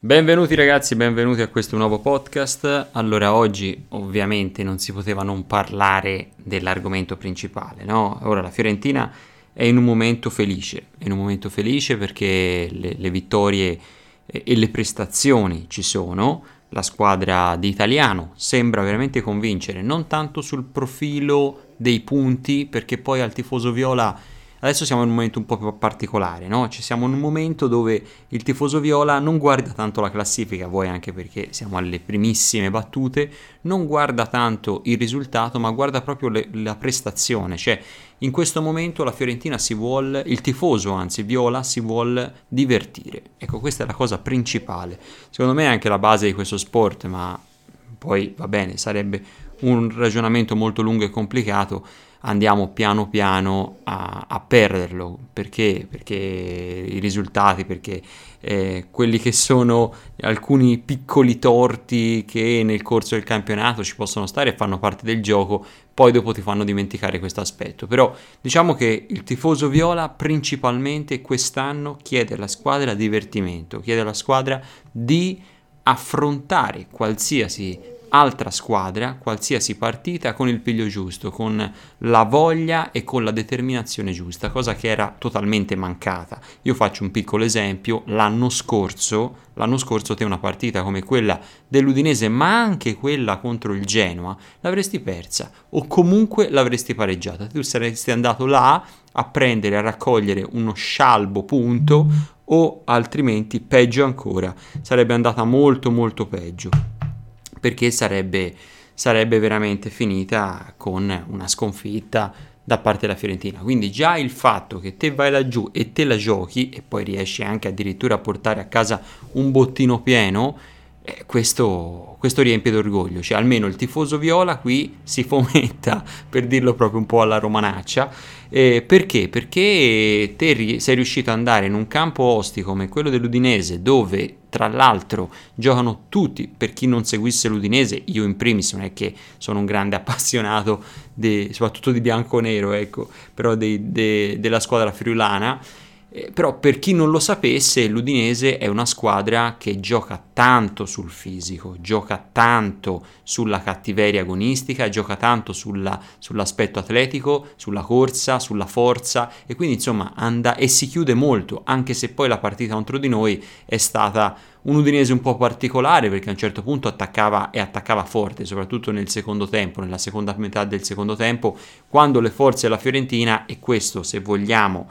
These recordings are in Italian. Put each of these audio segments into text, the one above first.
Benvenuti ragazzi, benvenuti a questo nuovo podcast. Allora, oggi ovviamente non si poteva non parlare dell'argomento principale, no? Ora la Fiorentina è in un momento felice, perché le vittorie e le prestazioni ci sono. La squadra di Italiano sembra veramente convincere, non tanto sul profilo dei punti, perché poi al tifoso viola adesso siamo in un momento un po' più particolare, no? Ci siamo in un momento dove il tifoso viola non guarda tanto la classifica, voi anche perché siamo alle primissime battute, non guarda tanto il risultato, ma guarda proprio la prestazione. Cioè, in questo momento la Fiorentina il tifoso anzi viola si vuol divertire. Ecco, questa è la cosa principale. Secondo me è anche la base di questo sport, ma poi va bene, sarebbe un ragionamento molto lungo e complicato. Andiamo piano piano a perderlo. Perché i risultati, perché quelli che sono alcuni piccoli torti che nel corso del campionato ci possono stare e fanno parte del gioco, poi dopo ti fanno dimenticare questo aspetto. Però diciamo che il tifoso viola principalmente quest'anno chiede alla squadra divertimento, chiede alla squadra di affrontare qualsiasi altra squadra, qualsiasi partita con il piglio giusto, con la voglia e con la determinazione giusta, cosa che era totalmente mancata. Io faccio un piccolo esempio: l'anno scorso te una partita come quella dell'Udinese, ma anche quella contro il Genoa, l'avresti persa o comunque l'avresti pareggiata. Tu saresti andato là a prendere, a raccogliere uno scialbo punto, o altrimenti, peggio ancora, sarebbe andata molto molto peggio, perché sarebbe veramente finita con una sconfitta da parte della Fiorentina. Quindi già il fatto che te vai laggiù e te la giochi e poi riesci anche addirittura a portare a casa un bottino pieno, questo riempie d'orgoglio. Cioè, almeno il tifoso viola qui si fomenta, per dirlo proprio un po' alla romanaccia. Perché? Perché te sei riuscito ad andare in un campo ostico come quello dell'Udinese, dove tra l'altro giocano tutti. Per chi non seguisse l'Udinese, io in primis non è che sono un grande appassionato soprattutto di bianconero, ecco, però della squadra friulana. Però per chi non lo sapesse, l'Udinese è una squadra che gioca tanto sul fisico, gioca tanto sulla cattiveria agonistica, gioca tanto sull'aspetto atletico, sulla corsa, sulla forza, e quindi insomma e si chiude molto, anche se poi la partita contro di noi è stata un Udinese un po' particolare, perché a un certo punto attaccava forte, soprattutto nel secondo tempo, nella seconda metà del secondo tempo, quando le forze della Fiorentina, e questo se vogliamo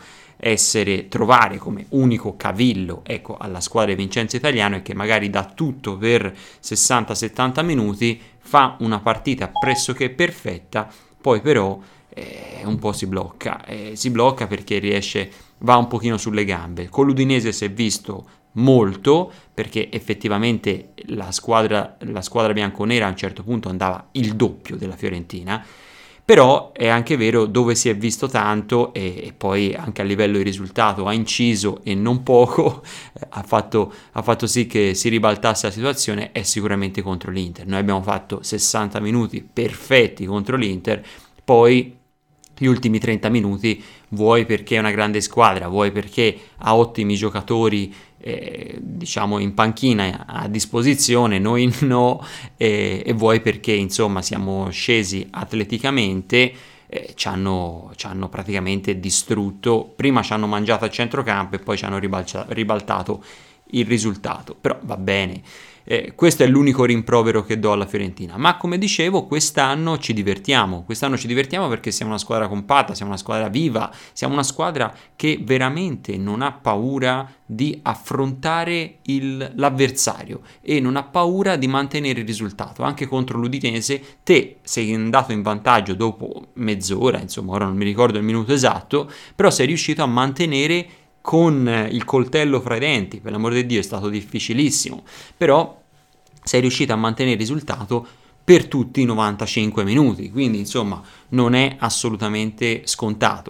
trovare come unico cavillo, ecco, alla squadra di Vincenzo Italiano, è che magari dà tutto per 60-70 minuti, fa una partita pressoché perfetta, poi però un po' si blocca perché va un pochino sulle gambe. Con l'Udinese si è visto molto, perché effettivamente la squadra bianconera a un certo punto andava il doppio della Fiorentina. Però è anche vero, dove si è visto tanto e poi anche a livello di risultato ha inciso, e non poco, ha fatto sì che si ribaltasse la situazione, è sicuramente contro l'Inter. Noi abbiamo fatto 60 minuti perfetti contro l'Inter, poi gli ultimi 30 minuti, vuoi perché è una grande squadra, vuoi perché ha ottimi giocatori diciamo in panchina a disposizione, noi no, e vuoi perché insomma siamo scesi atleticamente, ci hanno praticamente distrutto. Prima ci hanno mangiato a centrocampo e poi ci hanno ribaltato il risultato. Però va bene. Questo è l'unico rimprovero che do alla Fiorentina, ma come dicevo quest'anno ci divertiamo perché siamo una squadra compatta, siamo una squadra viva, siamo una squadra che veramente non ha paura di affrontare l'avversario e non ha paura di mantenere il risultato. Anche contro l'Udinese te sei andato in vantaggio dopo mezz'ora, insomma ora non mi ricordo il minuto esatto, però sei riuscito a mantenere con il coltello fra i denti. Per l'amor di Dio, è stato difficilissimo, però sei riuscito a mantenere il risultato per tutti i 95 minuti, quindi insomma non è assolutamente scontato.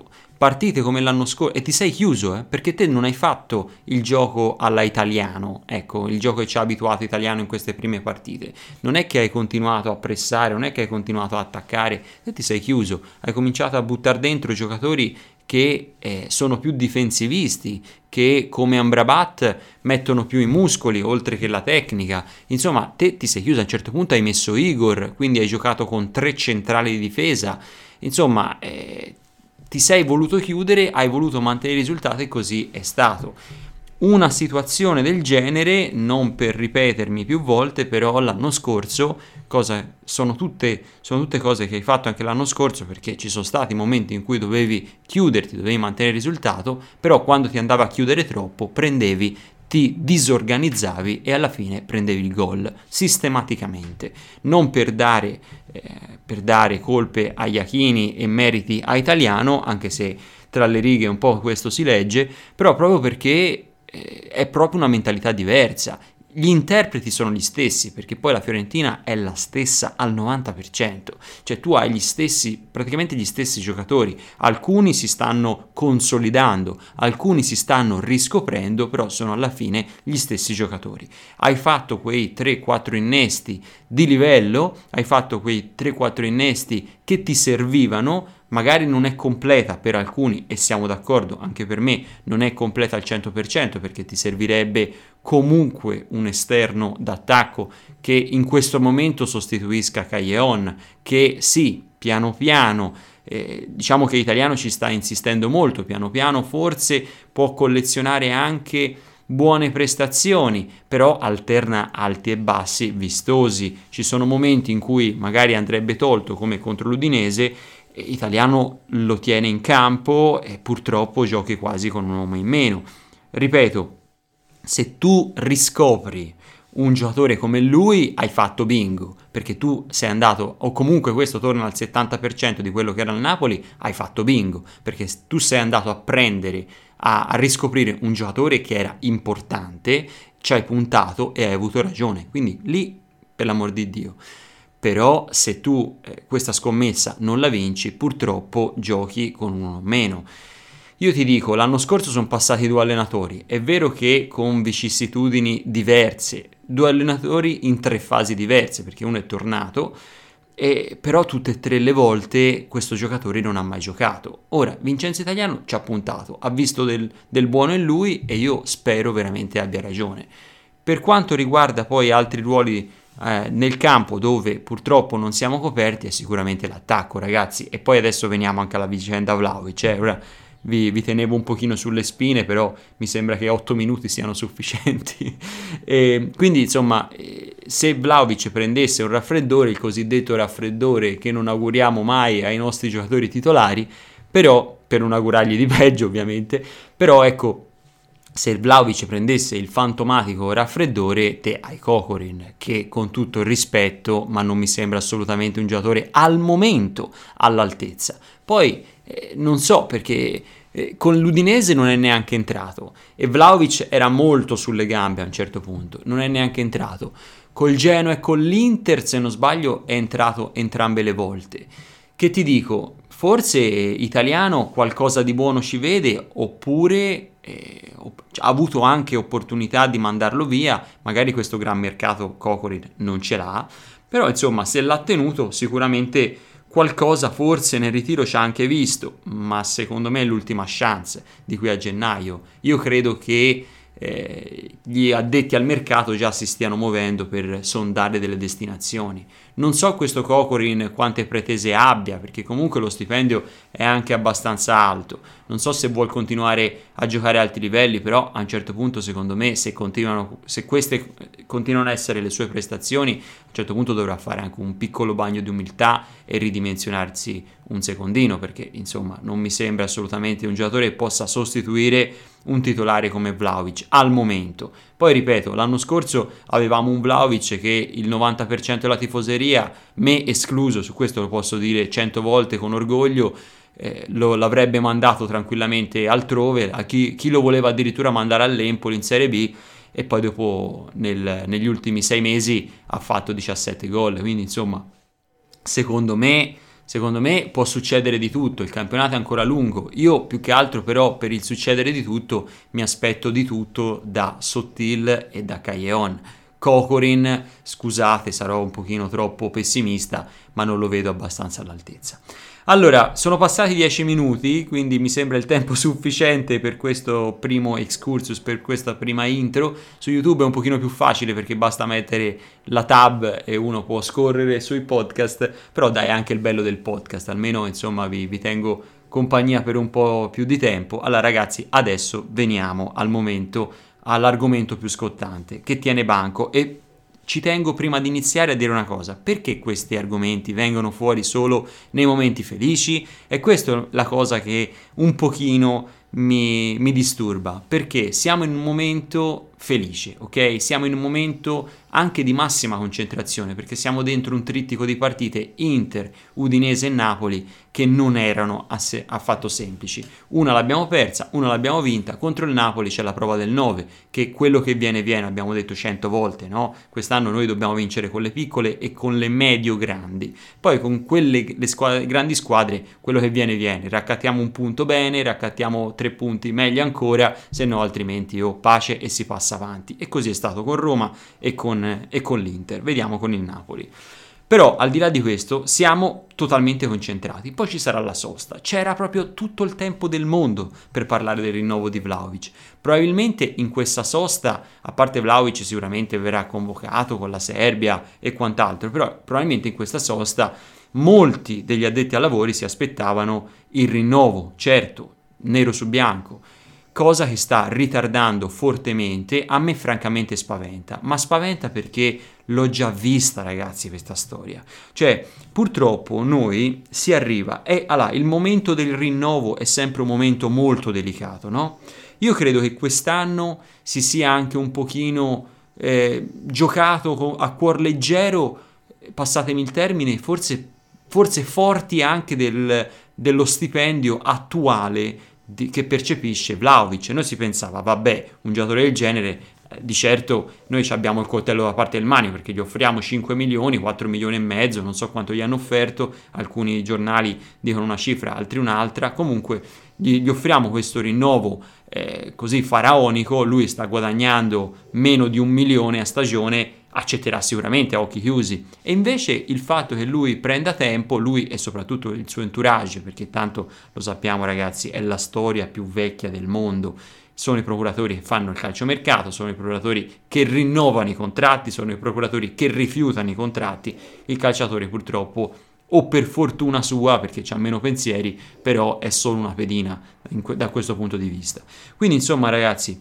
partite come l'anno scorso, e ti sei chiuso, perché te non hai fatto il gioco alla italiano, ecco, il gioco che ci ha abituato italiano in queste prime partite. Non è che hai continuato a pressare, non è che hai continuato a attaccare, te ti sei chiuso, hai cominciato a buttare dentro giocatori che sono più difensivisti, che come Amrabat mettono più i muscoli oltre che la tecnica. Insomma, te ti sei chiuso, a un certo punto hai messo Igor, quindi hai giocato con 3 centrali di difesa. Insomma, ti sei voluto chiudere, hai voluto mantenere i risultati e così è stato. Una situazione del genere, non per ripetermi più volte, però l'anno scorso, sono tutte cose che hai fatto anche l'anno scorso, perché ci sono stati momenti in cui dovevi chiuderti, dovevi mantenere il risultato, però quando ti andava a chiudere troppo, ti disorganizzavi e alla fine prendevi il gol sistematicamente. Non per dare colpe a Iachini e meriti a Italiano, anche se tra le righe un po' questo si legge, però proprio perché è proprio una mentalità diversa. Gli interpreti sono gli stessi, perché poi la Fiorentina è la stessa al 90%, cioè tu hai praticamente gli stessi giocatori, alcuni si stanno consolidando, alcuni si stanno riscoprendo, però sono alla fine gli stessi giocatori. Hai fatto quei 3-4 innesti di livello, hai fatto quei 3-4 innesti che ti servivano. Magari non è completa per alcuni, e siamo d'accordo, anche per me non è completa al 100%, perché ti servirebbe comunque un esterno d'attacco che in questo momento sostituisca Callejon, che sì, piano piano, diciamo che l'italiano ci sta insistendo molto, piano piano forse può collezionare anche buone prestazioni, però alterna alti e bassi vistosi. Ci sono momenti in cui magari andrebbe tolto, come contro l'Udinese. Italiano lo tiene in campo e purtroppo giochi quasi con un uomo in meno. Ripeto, se tu riscopri un giocatore come lui, hai fatto bingo, perché tu sei andato, o comunque questo torna al 70% di quello che era il Napoli, hai fatto bingo, perché tu sei andato a prendere, a riscoprire un giocatore che era importante, ci hai puntato e hai avuto ragione, quindi lì, per l'amor di Dio. Però se tu questa scommessa non la vinci, purtroppo giochi con uno meno. Io ti dico, l'anno scorso sono passati 2 allenatori, è vero che con vicissitudini diverse, 2 allenatori in 3 fasi diverse, perché uno è tornato, però tutte e 3 le volte questo giocatore non ha mai giocato. Ora, Vincenzo Italiano ci ha puntato, ha visto del buono in lui e io spero veramente abbia ragione. Per quanto riguarda poi altri ruoli nel campo dove purtroppo non siamo coperti, è sicuramente l'attacco, ragazzi. E poi adesso veniamo anche alla vicenda Vlahovic. Ora vi tenevo un pochino sulle spine, però mi sembra che 8 minuti siano sufficienti. Quindi insomma, se Vlahovic prendesse un raffreddore, il cosiddetto raffreddore che non auguriamo mai ai nostri giocatori titolari, però per non augurargli di peggio ovviamente, però ecco, se Vlahovic prendesse il fantomatico raffreddore, te hai Kokorin, che con tutto il rispetto, ma non mi sembra assolutamente un giocatore al momento all'altezza. Poi non so perché con l'Udinese non è neanche entrato e Vlahovic era molto sulle gambe a un certo punto, non è neanche entrato. Col Genoa e con l'Inter, se non sbaglio, è entrato entrambe le volte. Che ti dico, forse Italiano qualcosa di buono ci vede, oppure ha avuto anche opportunità di mandarlo via, magari questo gran mercato Kokorin non ce l'ha, però insomma se l'ha tenuto sicuramente qualcosa forse nel ritiro ci ha anche visto, ma secondo me è l'ultima chance di qui a gennaio. Io credo che gli addetti al mercato già si stiano muovendo per sondare delle destinazioni. Non so questo Kokorin quante pretese abbia, perché comunque lo stipendio è anche abbastanza alto. Non so se vuol continuare a giocare a alti livelli, però a un certo punto secondo me se queste continuano a essere le sue prestazioni, a un certo punto dovrà fare anche un piccolo bagno di umiltà e ridimensionarsi un secondino, perché insomma non mi sembra assolutamente un giocatore che possa sostituire un titolare come Vlahovic al momento. Poi ripeto, l'anno scorso avevamo un Vlahovic che il 90% della tifoseria, me escluso, su questo lo posso dire 100 volte con orgoglio, l'avrebbe mandato tranquillamente altrove, a chi lo voleva addirittura mandare all'Empoli in Serie B, e poi dopo negli ultimi 6 mesi ha fatto 17 gol, quindi insomma secondo me secondo me può succedere di tutto, il campionato è ancora lungo, io più che altro però per il succedere di tutto mi aspetto di tutto da Sottil e da Callejon. Kokorin, scusate, sarò un pochino troppo pessimista, ma non lo vedo abbastanza all'altezza. Allora, sono passati 10 minuti, quindi mi sembra il tempo sufficiente per questo primo excursus, per questa prima intro. Su YouTube è un pochino più facile perché basta mettere la tab e uno può scorrere sui podcast, però dai, è anche il bello del podcast, almeno insomma vi tengo compagnia per un po' più di tempo. Allora ragazzi, adesso veniamo all'argomento più scottante, che tiene banco, e ci tengo prima di iniziare a dire una cosa: perché questi argomenti vengono fuori solo nei momenti felici? E questa è la cosa che un pochino mi disturba, perché siamo in un momento felice, ok? Siamo in un momento anche di massima concentrazione, perché siamo dentro un trittico di partite Inter, Udinese e Napoli che non erano affatto semplici. Una l'abbiamo persa, una l'abbiamo vinta. Contro il Napoli c'è la prova del 9, che quello che viene viene, abbiamo detto 100 volte, no? Quest'anno noi dobbiamo vincere con le piccole e con le medio-grandi. Poi con grandi squadre, quello che viene viene. Raccattiamo un punto bene, raccattiamo 3 punti meglio ancora, se no altrimenti pace e si passa avanti. E così è stato con Roma e con l'Inter. Vediamo con il Napoli. Però al di là di questo siamo totalmente concentrati. Poi ci sarà la sosta. C'era proprio tutto il tempo del mondo per parlare del rinnovo di Vlahovic. Probabilmente in questa sosta, a parte Vlahovic sicuramente verrà convocato con la Serbia e quant'altro, però probabilmente in questa sosta molti degli addetti ai lavori si aspettavano il rinnovo, certo, nero su bianco. Cosa che sta ritardando fortemente. A me francamente spaventa, ma spaventa perché l'ho già vista, ragazzi, questa storia. Cioè, purtroppo noi si arriva e allora il momento del rinnovo è sempre un momento molto delicato, no? Io credo che quest'anno si sia anche un pochino giocato a cuor leggero, passatemi il termine, forse forti anche dello stipendio attuale che percepisce Vlahovic. Noi si pensava, vabbè, un giocatore del genere, di certo noi abbiamo il coltello da parte del manico, perché gli offriamo 5 milioni, 4 milioni e mezzo, non so quanto gli hanno offerto, alcuni giornali dicono una cifra, altri un'altra, comunque gli offriamo questo rinnovo così faraonico, lui sta guadagnando meno di 1 milione a stagione, accetterà sicuramente a occhi chiusi. E invece il fatto che lui prenda tempo, lui e soprattutto il suo entourage, perché tanto lo sappiamo ragazzi, è la storia più vecchia del mondo, sono i procuratori che fanno il calciomercato, sono i procuratori che rinnovano i contratti, sono i procuratori che rifiutano i contratti. Il calciatore purtroppo, o per fortuna sua, perché c'ha meno pensieri, però è solo una pedina da questo punto di vista. Quindi insomma ragazzi,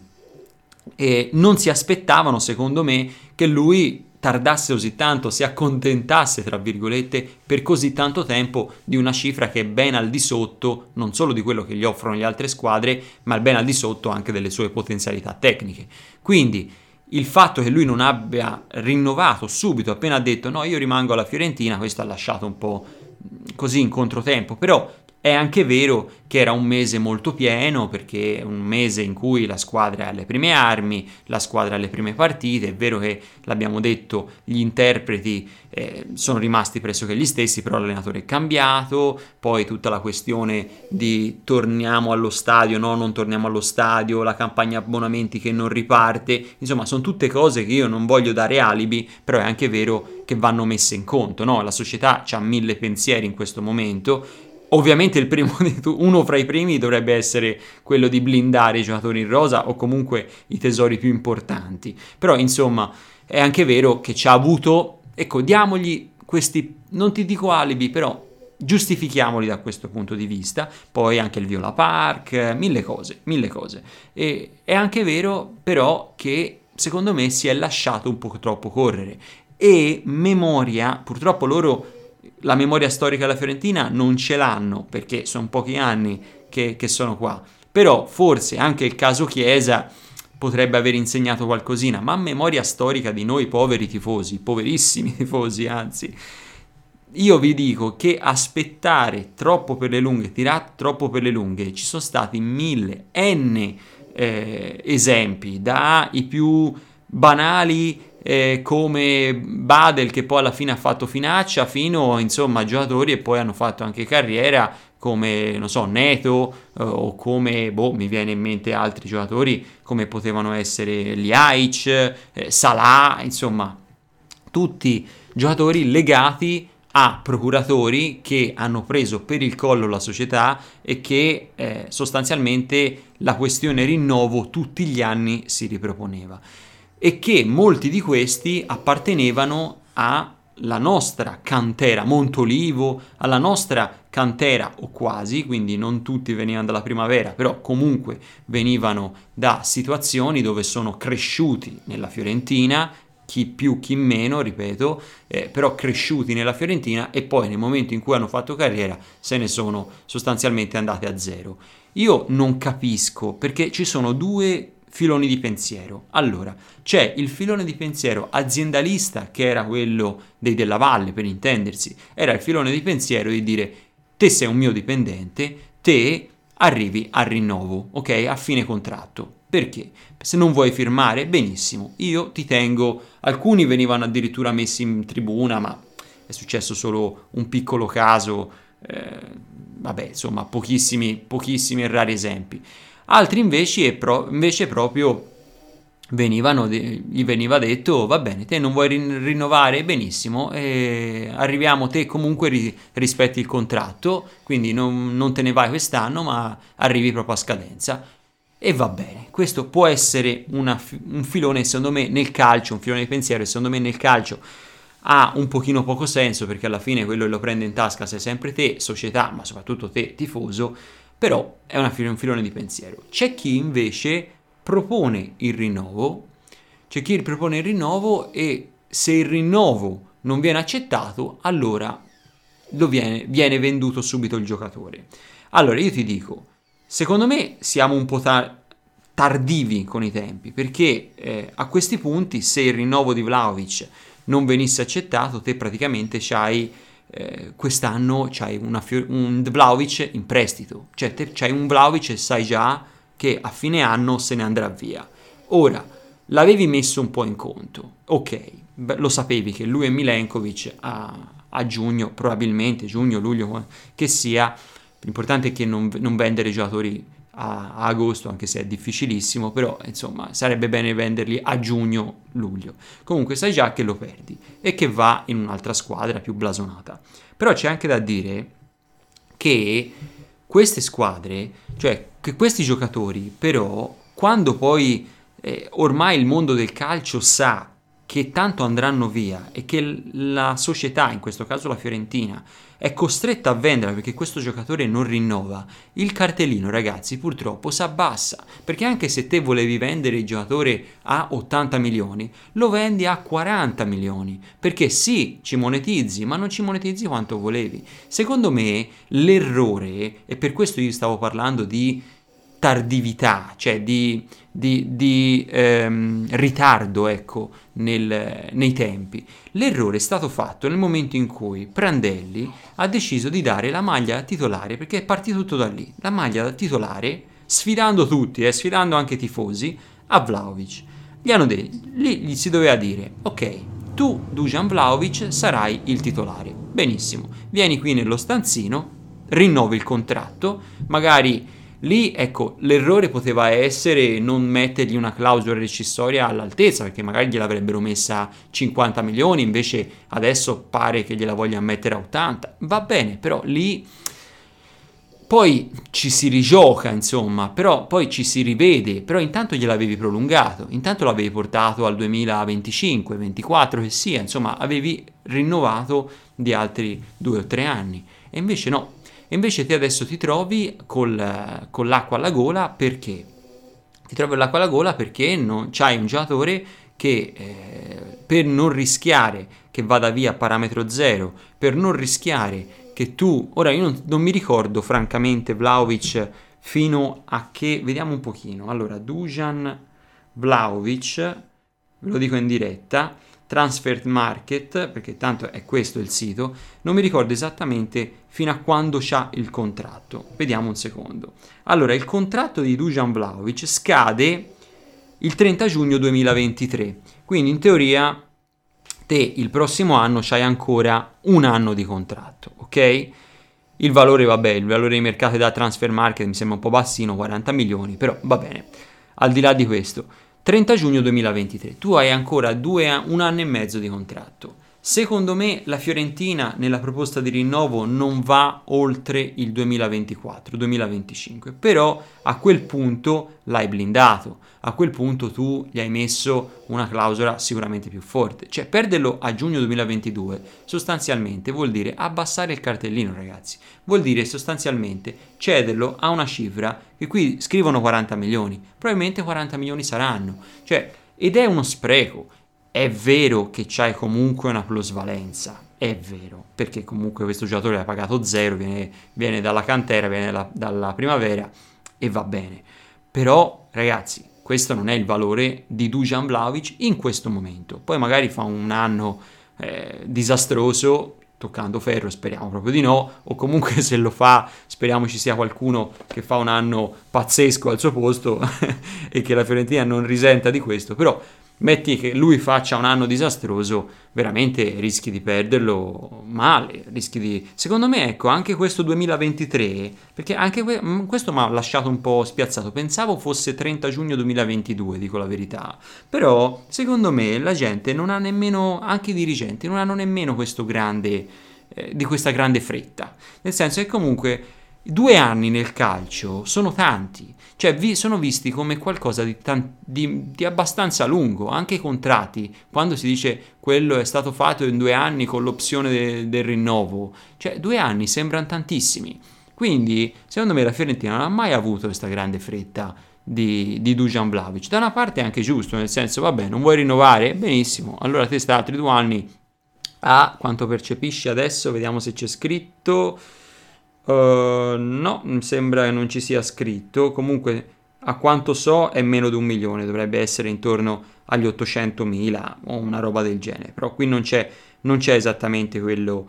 non si aspettavano secondo me che lui tardasse così tanto, si accontentasse tra virgolette per così tanto tempo di una cifra che è ben al di sotto non solo di quello che gli offrono le altre squadre, ma ben al di sotto anche delle sue potenzialità tecniche. Quindi il fatto che lui non abbia rinnovato subito, appena ha detto no, io rimango alla Fiorentina, questo ha lasciato un po' così in controtempo. Però è anche vero che era un mese molto pieno, perché è un mese in cui la squadra è alle prime armi, la squadra è alle prime partite. È vero che, l'abbiamo detto, gli interpreti sono rimasti pressoché gli stessi, però l'allenatore è cambiato, poi tutta la questione di torniamo allo stadio, no, non torniamo allo stadio, la campagna abbonamenti che non riparte, insomma sono tutte cose che io non voglio dare alibi, però è anche vero che vanno messe in conto, no? La società ha 1000 pensieri in questo momento. Ovviamente uno fra i primi dovrebbe essere quello di blindare i giocatori in rosa o comunque i tesori più importanti. Però insomma è anche vero che ci ha avuto, ecco, diamogli questi, non ti dico alibi, però giustifichiamoli da questo punto di vista. Poi anche il Viola Park, mille cose. E è anche vero però che secondo me si è lasciato un po' troppo correre. E memoria, purtroppo loro la memoria storica della Fiorentina non ce l'hanno, perché sono pochi anni che sono qua, però forse anche il caso Chiesa potrebbe aver insegnato qualcosina, ma memoria storica di noi poveri tifosi, poverissimi tifosi anzi, io vi dico che aspettare troppo per le lunghe, tirare troppo per le lunghe, ci sono stati 1000 esempi, dai più banali come Badel che poi alla fine ha fatto finaccia, fino insomma a giocatori e poi hanno fatto anche carriera come, non so, Neto, o come, mi viene in mente altri giocatori come potevano essere Ljajic, Salah, insomma, tutti giocatori legati a procuratori che hanno preso per il collo la società e che sostanzialmente la questione rinnovo tutti gli anni si riproponeva, e che molti di questi appartenevano alla nostra cantera, Montolivo, alla nostra cantera o quasi, quindi non tutti venivano dalla Primavera, però comunque venivano da situazioni dove sono cresciuti nella Fiorentina, chi più chi meno, ripeto, però cresciuti nella Fiorentina, e poi nel momento in cui hanno fatto carriera se ne sono sostanzialmente andati a zero. Io non capisco, perché ci sono due filoni di pensiero. Allora, c'è il filone di pensiero aziendalista, che era quello dei Della Valle, per intendersi, era il filone di pensiero di dire: te sei un mio dipendente, te arrivi al rinnovo, ok? A fine contratto. Perché? Se non vuoi firmare, benissimo, io ti tengo. Alcuni venivano addirittura messi in tribuna, ma è successo solo un piccolo caso, vabbè, insomma, pochissimi e rari esempi. Altri invece proprio gli veniva detto: va bene, te non vuoi rinnovare, benissimo, arriviamo, te comunque rispetti il contratto, quindi non te ne vai quest'anno, ma arrivi proprio a scadenza. E va bene, questo può essere un filone, secondo me, nel calcio, un filone di pensiero, secondo me nel calcio ha un pochino poco senso, perché alla fine quello che lo prende in tasca sei sempre te, società, ma soprattutto te, tifoso, però è un filone di pensiero. C'è chi invece propone il rinnovo, e se il rinnovo non viene accettato, allora viene venduto subito il giocatore. Allora io ti dico, secondo me siamo un po' tardivi con i tempi, perché a questi punti, se il rinnovo di Vlahovic non venisse accettato, te praticamente quest'anno c'hai un Vlahovic in prestito, cioè te c'hai un Vlahovic e sai già che a fine anno se ne andrà via. Ora, l'avevi messo un po' in conto, ok, lo sapevi che lui e Milenkovic a giugno, probabilmente giugno, luglio, che sia, l'importante è che non vendere giocatori a agosto, anche se è difficilissimo, però insomma sarebbe bene venderli a giugno, luglio. Comunque sai già che lo perdi e che va in un'altra squadra più blasonata. Però c'è anche da dire che queste squadre, cioè che questi giocatori, però quando poi ormai il mondo del calcio sa che tanto andranno via e che la società, in questo caso la Fiorentina, è costretta a vendere perché questo giocatore non rinnova, il cartellino, ragazzi, purtroppo si abbassa, perché anche se te volevi vendere il giocatore a 80 milioni, lo vendi a 40 milioni, perché sì, ci monetizzi, ma non ci monetizzi quanto volevi. Secondo me l'errore, e per questo io stavo parlando di tardività, cioè di ritardo, ecco, nei tempi. L'errore è stato fatto nel momento in cui Prandelli ha deciso di dare la maglia titolare, perché è partito tutto da lì, la maglia titolare, sfidando tutti, sfidando anche i tifosi, a Vlahovic. Lì gli si doveva dire: ok, tu Dusan Vlahovic sarai il titolare, benissimo, vieni qui nello stanzino, rinnovi il contratto, magari. Lì, ecco, l'errore poteva essere non mettergli una clausola rescissoria all'altezza, perché magari gliel'avrebbero messa 50 milioni, invece adesso pare che gliela voglia mettere a 80. Va bene, però lì poi ci si rigioca, insomma, però poi ci si rivede, però intanto gliel'avevi prolungato, intanto l'avevi portato al 2025, 24 che sia, insomma, avevi rinnovato di altri 2 o 3 anni, e invece no. Invece te adesso ti trovi con l'acqua alla gola, perché? Ti trovi l'acqua alla gola perché non c'hai un giocatore che per non rischiare che vada via a parametro zero, per non rischiare che tu... Ora io non mi ricordo francamente Vlahovic fino a che... Vediamo un pochino. Allora, Dusan Vlahovic, ve lo dico in diretta, Transfer Market, perché tanto è questo il sito, non mi ricordo esattamente fino a quando c'ha il contratto. Vediamo un secondo. Allora, il contratto di Dusan Vlahovic scade il 30 giugno 2023, Quindi in teoria te il prossimo anno c'hai ancora un anno di contratto, ok? Il valore, vabbè, il valore di mercato da transfer market mi sembra un po' bassino, 40 milioni, però va bene. Al di là di questo, 30 giugno 2023, tu hai ancora un anno e mezzo di contratto. Secondo me la Fiorentina nella proposta di rinnovo non va oltre il 2024-2025, però a quel punto l'hai blindato, a quel punto tu gli hai messo una clausola sicuramente più forte. Cioè perderlo a giugno 2022 sostanzialmente vuol dire abbassare il cartellino, ragazzi, vuol dire sostanzialmente cederlo a una cifra che qui scrivono 40 milioni, probabilmente 40 milioni saranno, cioè, ed è uno spreco. È vero che c'hai comunque una plusvalenza, è vero, perché comunque questo giocatore ha pagato zero, viene dalla cantera, viene dalla primavera e va bene. Però, ragazzi, questo non è il valore di Dusan Vlahovic in questo momento. Poi magari fa un anno disastroso, toccando ferro, speriamo proprio di no, o comunque se lo fa, speriamo ci sia qualcuno che fa un anno pazzesco al suo posto e che la Fiorentina non risenta di questo, però metti che lui faccia un anno disastroso, veramente rischi di perderlo male, rischi di... Secondo me, ecco, anche questo 2023, perché anche questo mi ha lasciato un po' spiazzato, pensavo fosse 30 giugno 2022, dico la verità, però secondo me la gente non ha nemmeno, anche i dirigenti, non hanno nemmeno questo grande, di questa grande fretta, nel senso che comunque 2 anni nel calcio sono tanti, cioè sono visti come qualcosa di abbastanza lungo, anche i contratti, quando si dice quello è stato fatto in 2 anni con l'opzione del rinnovo, cioè 2 anni sembrano tantissimi, quindi secondo me la Fiorentina non ha mai avuto questa grande fretta di Dusan Vlahovic. Da una parte è anche giusto, nel senso, vabbè, non vuoi rinnovare? Benissimo, allora te stai altri 2 anni a quanto percepisci adesso, vediamo se c'è scritto. No, mi sembra che non ci sia scritto. Comunque, a quanto so, è meno di 1 milione, dovrebbe essere intorno agli 800.000 o una roba del genere. Però qui non c'è esattamente quello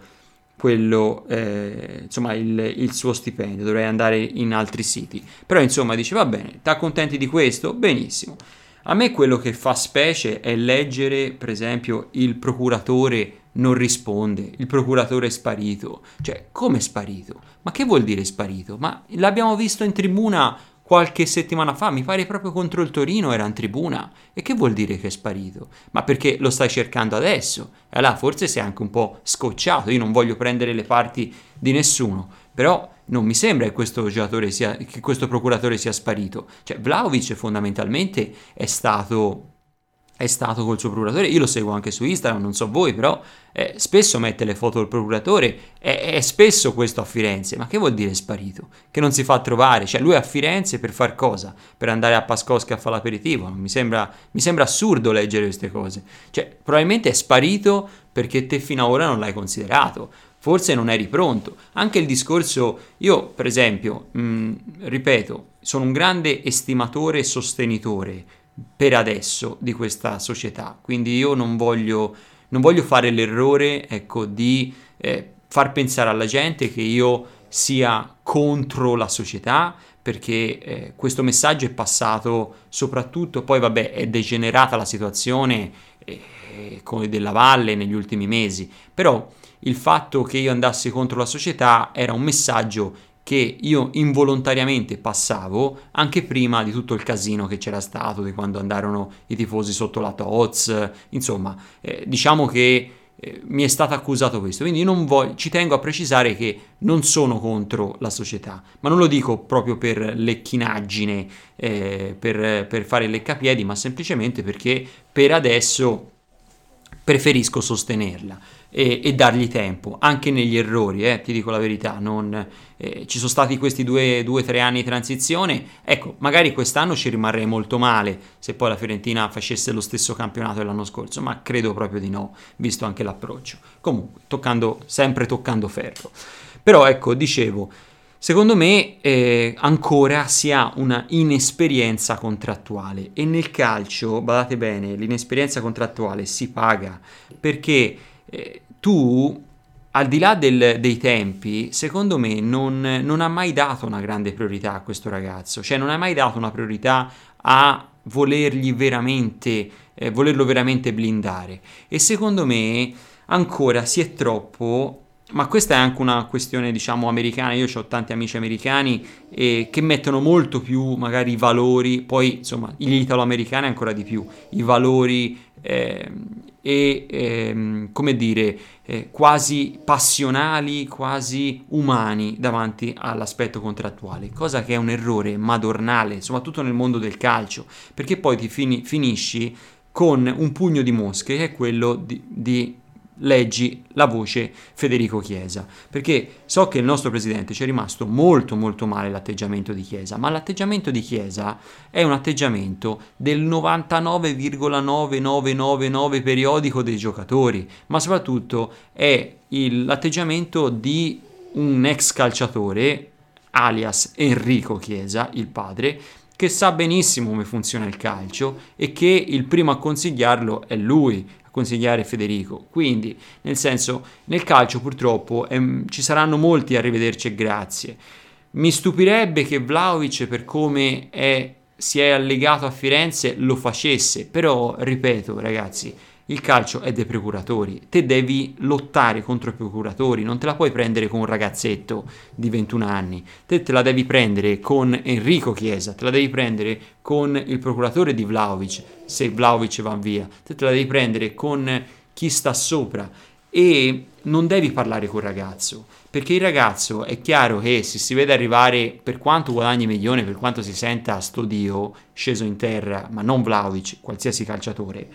insomma, il suo stipendio. Dovrei andare in altri siti. Però, insomma, dice, va bene, t'accontenti di questo? Benissimo. A me quello che fa specie è leggere, per esempio, il procuratore non risponde, il procuratore è sparito. Cioè, come è sparito? Ma che vuol dire sparito? Ma l'abbiamo visto in tribuna qualche settimana fa, mi pare proprio contro il Torino era in tribuna. E che vuol dire che è sparito? Ma perché lo stai cercando adesso? E allora forse sei anche un po' scocciato, io non voglio prendere le parti di nessuno, però non mi sembra che che questo procuratore sia sparito. Cioè, Vlahovic fondamentalmente è stato col suo procuratore, io lo seguo anche su Instagram, non so voi, però spesso mette le foto del procuratore e spesso questo a Firenze. Ma che vuol dire sparito? Che non si fa trovare? Cioè lui è a Firenze per far cosa? Per andare a Pascosca a fare l'aperitivo? Mi sembra assurdo leggere queste cose. Cioè probabilmente è sparito perché te fino ad ora non l'hai considerato, forse non eri pronto. Anche il discorso, io per esempio, ripeto, sono un grande estimatore e sostenitore per adesso di questa società, quindi io non voglio fare l'errore, ecco, di far pensare alla gente che io sia contro la società, perché questo messaggio è passato soprattutto, poi vabbè è degenerata la situazione con Della Valle negli ultimi mesi, però il fatto che io andassi contro la società era un messaggio che io involontariamente passavo anche prima di tutto il casino che c'era stato, di quando andarono i tifosi sotto la Toz, insomma, diciamo che mi è stato accusato questo, quindi io non voglio, ci tengo a precisare che non sono contro la società, ma non lo dico proprio per lecchinaggine, per fare il leccapiedi, ma semplicemente perché per adesso preferisco sostenerla e dargli tempo, anche negli errori, ti dico la verità, ci sono stati questi 2-3 anni di transizione, ecco, magari quest'anno ci rimarrei molto male se poi la Fiorentina facesse lo stesso campionato dell'anno scorso, ma credo proprio di no, visto anche l'approccio. Comunque, sempre toccando ferro. Però ecco, dicevo, secondo me ancora si ha una inesperienza contrattuale e nel calcio, badate bene, l'inesperienza contrattuale si paga perché tu, al di là dei tempi, secondo me non ha mai dato una grande priorità a questo ragazzo, cioè non ha mai dato una priorità a volergli veramente volerlo veramente blindare. E secondo me ancora si è troppo, ma questa è anche una questione diciamo americana, io ho tanti amici americani che mettono molto più magari i valori, poi insomma gli italo-americani ancora di più, i valori come dire, quasi passionali, quasi umani davanti all'aspetto contrattuale, cosa che è un errore madornale, soprattutto nel mondo del calcio, perché poi ti finisci con un pugno di mosche, che è quello di leggi la voce Federico Chiesa, perché so che il nostro presidente ci è rimasto molto molto male l'atteggiamento di Chiesa, ma l'atteggiamento di Chiesa è un atteggiamento del 99,9999 periodico dei giocatori, ma soprattutto è l'atteggiamento di un ex calciatore alias Enrico Chiesa, il padre, che sa benissimo come funziona il calcio e che il primo a consigliarlo è lui, a consigliare Federico. Quindi, nel senso, nel calcio purtroppo ci saranno molti arrivederci e grazie. Mi stupirebbe che Vlahovic, per come si è allegato a Firenze, lo facesse, però, ripeto ragazzi, il calcio è dei procuratori, te devi lottare contro i procuratori, non te la puoi prendere con un ragazzetto di 21 anni, te la devi prendere con Enrico Chiesa, te la devi prendere con il procuratore di Vlahovic, se Vlahovic va via, te la devi prendere con chi sta sopra e non devi parlare col ragazzo, perché il ragazzo è chiaro che se si vede arrivare, per quanto guadagni milioni, per quanto si senta sto dio sceso in terra, ma non Vlahovic, qualsiasi calciatore,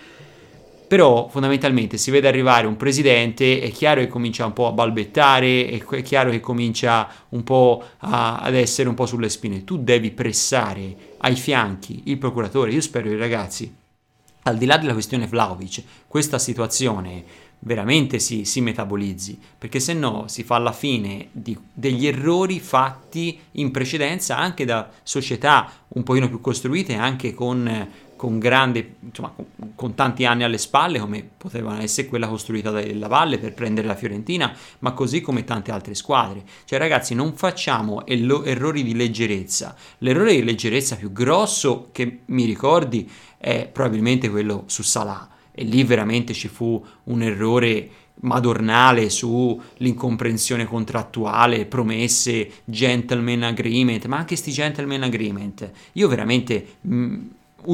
però fondamentalmente si vede arrivare un presidente, è chiaro che comincia un po' a balbettare, è chiaro che comincia un po' ad essere un po' sulle spine. Tu devi pressare ai fianchi il procuratore. Io spero che i ragazzi, al di là della questione Vlahovic, questa situazione veramente si metabolizzi, perché se no si fa la fine degli errori fatti in precedenza anche da società un pochino più costruite, anche con grande, insomma, con tanti anni alle spalle, come poteva essere quella costruita dalla Valle per prendere la Fiorentina, ma così come tante altre squadre. Cioè ragazzi, non facciamo errori di leggerezza. L'errore di leggerezza più grosso che mi ricordi è probabilmente quello su Salah, e lì veramente ci fu un errore madornale sull'incomprensione contrattuale, promesse, gentleman agreement, ma anche sti gentleman agreement, io veramente mi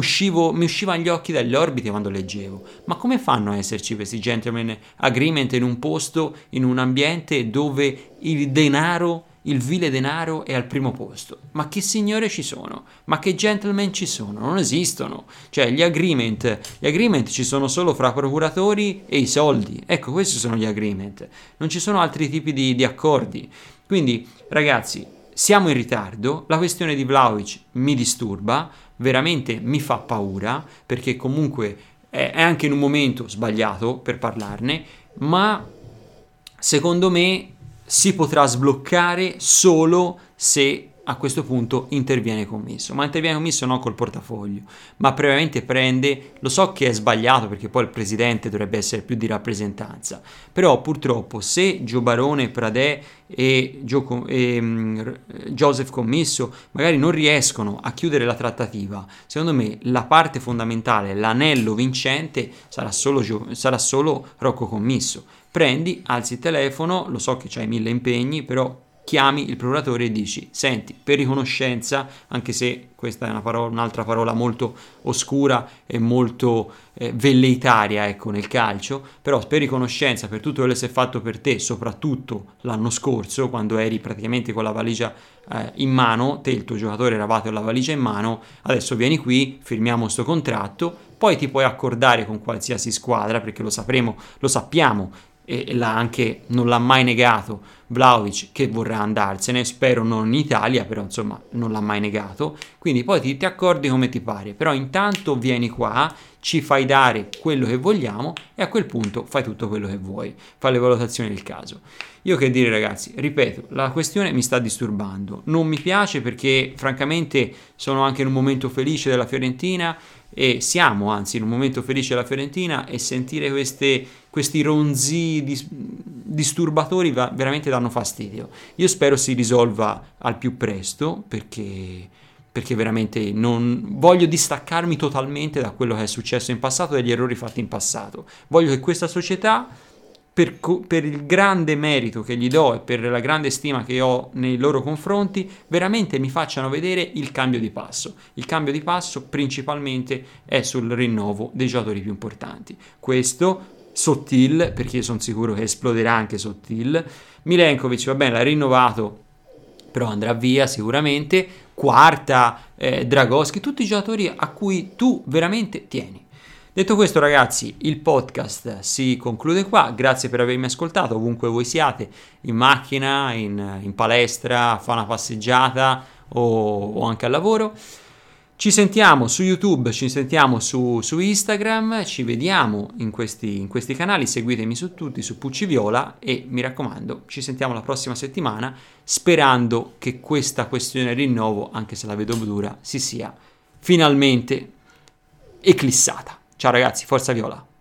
usciva agli occhi dagli orbiti quando leggevo. Ma come fanno a esserci questi gentleman agreement in un posto, in un ambiente dove il denaro, il vile denaro è al primo posto? Ma che signore ci sono? Ma che gentleman ci sono? Non esistono. Cioè gli agreement ci sono solo fra procuratori e i soldi. Ecco, questi sono gli agreement. Non ci sono altri tipi di accordi. Quindi ragazzi, siamo in ritardo, la questione di Vlahovic mi disturba, veramente mi fa paura, perché comunque è anche in un momento sbagliato per parlarne, ma secondo me si potrà sbloccare solo se a questo punto interviene commesso, ma interviene commesso non col portafoglio, ma previamente prende, lo so che è sbagliato perché poi il presidente dovrebbe essere più di rappresentanza, però purtroppo se Gio Barone, Pradè e Joseph Commisso magari non riescono a chiudere la trattativa, secondo me la parte fondamentale, l'anello vincente sarà solo Rocco Commisso. Prendi, alzi il telefono, lo so che c'hai 1000 impegni, però chiami il procuratore e dici: senti, per riconoscenza, anche se questa è un'altra parola molto oscura e molto velleitaria, ecco, nel calcio, però per riconoscenza per tutto quello che si è fatto per te, soprattutto l'anno scorso, quando eri praticamente con la valigia in mano, te e il tuo giocatore eravate con la valigia in mano, adesso vieni qui, firmiamo sto contratto, poi ti puoi accordare con qualsiasi squadra, perché lo sappiamo, e non l'ha mai negato Vlahovic che vorrà andarsene, spero non in Italia, però insomma non l'ha mai negato, quindi poi ti accordi come ti pare, però intanto vieni qua, ci fai dare quello che vogliamo e a quel punto fai tutto quello che vuoi, fai le valutazioni del caso. Io che dire ragazzi, ripeto, la questione mi sta disturbando, non mi piace perché francamente sono anche in un momento felice della Fiorentina e siamo anzi in un momento felice della Fiorentina, e sentire questi ronzii disturbatori veramente danno fastidio. Io spero si risolva al più presto perché perché veramente non voglio distaccarmi totalmente da quello che è successo in passato, dagli errori fatti in passato. Voglio che questa società, per il grande merito che gli do e per la grande stima che ho nei loro confronti, veramente mi facciano vedere il cambio di passo. Il cambio di passo principalmente è sul rinnovo dei giocatori più importanti. Questo Sottil, perché io sono sicuro che esploderà anche Sottil. Milenkovic, va bene, l'ha rinnovato, però andrà via sicuramente. Quarta, Dragoschi, tutti i giocatori a cui tu veramente tieni. Detto questo, ragazzi, il podcast si conclude qua. Grazie per avermi ascoltato ovunque voi siate, in macchina, in palestra, a fare una passeggiata o anche al lavoro. Ci sentiamo su YouTube, ci sentiamo su Instagram, ci vediamo in questi canali, seguitemi su tutti, su Pucci Viola, e mi raccomando, ci sentiamo la prossima settimana, sperando che questa questione rinnovo, anche se la vedo dura, si sia finalmente eclissata. Ciao ragazzi, forza Viola!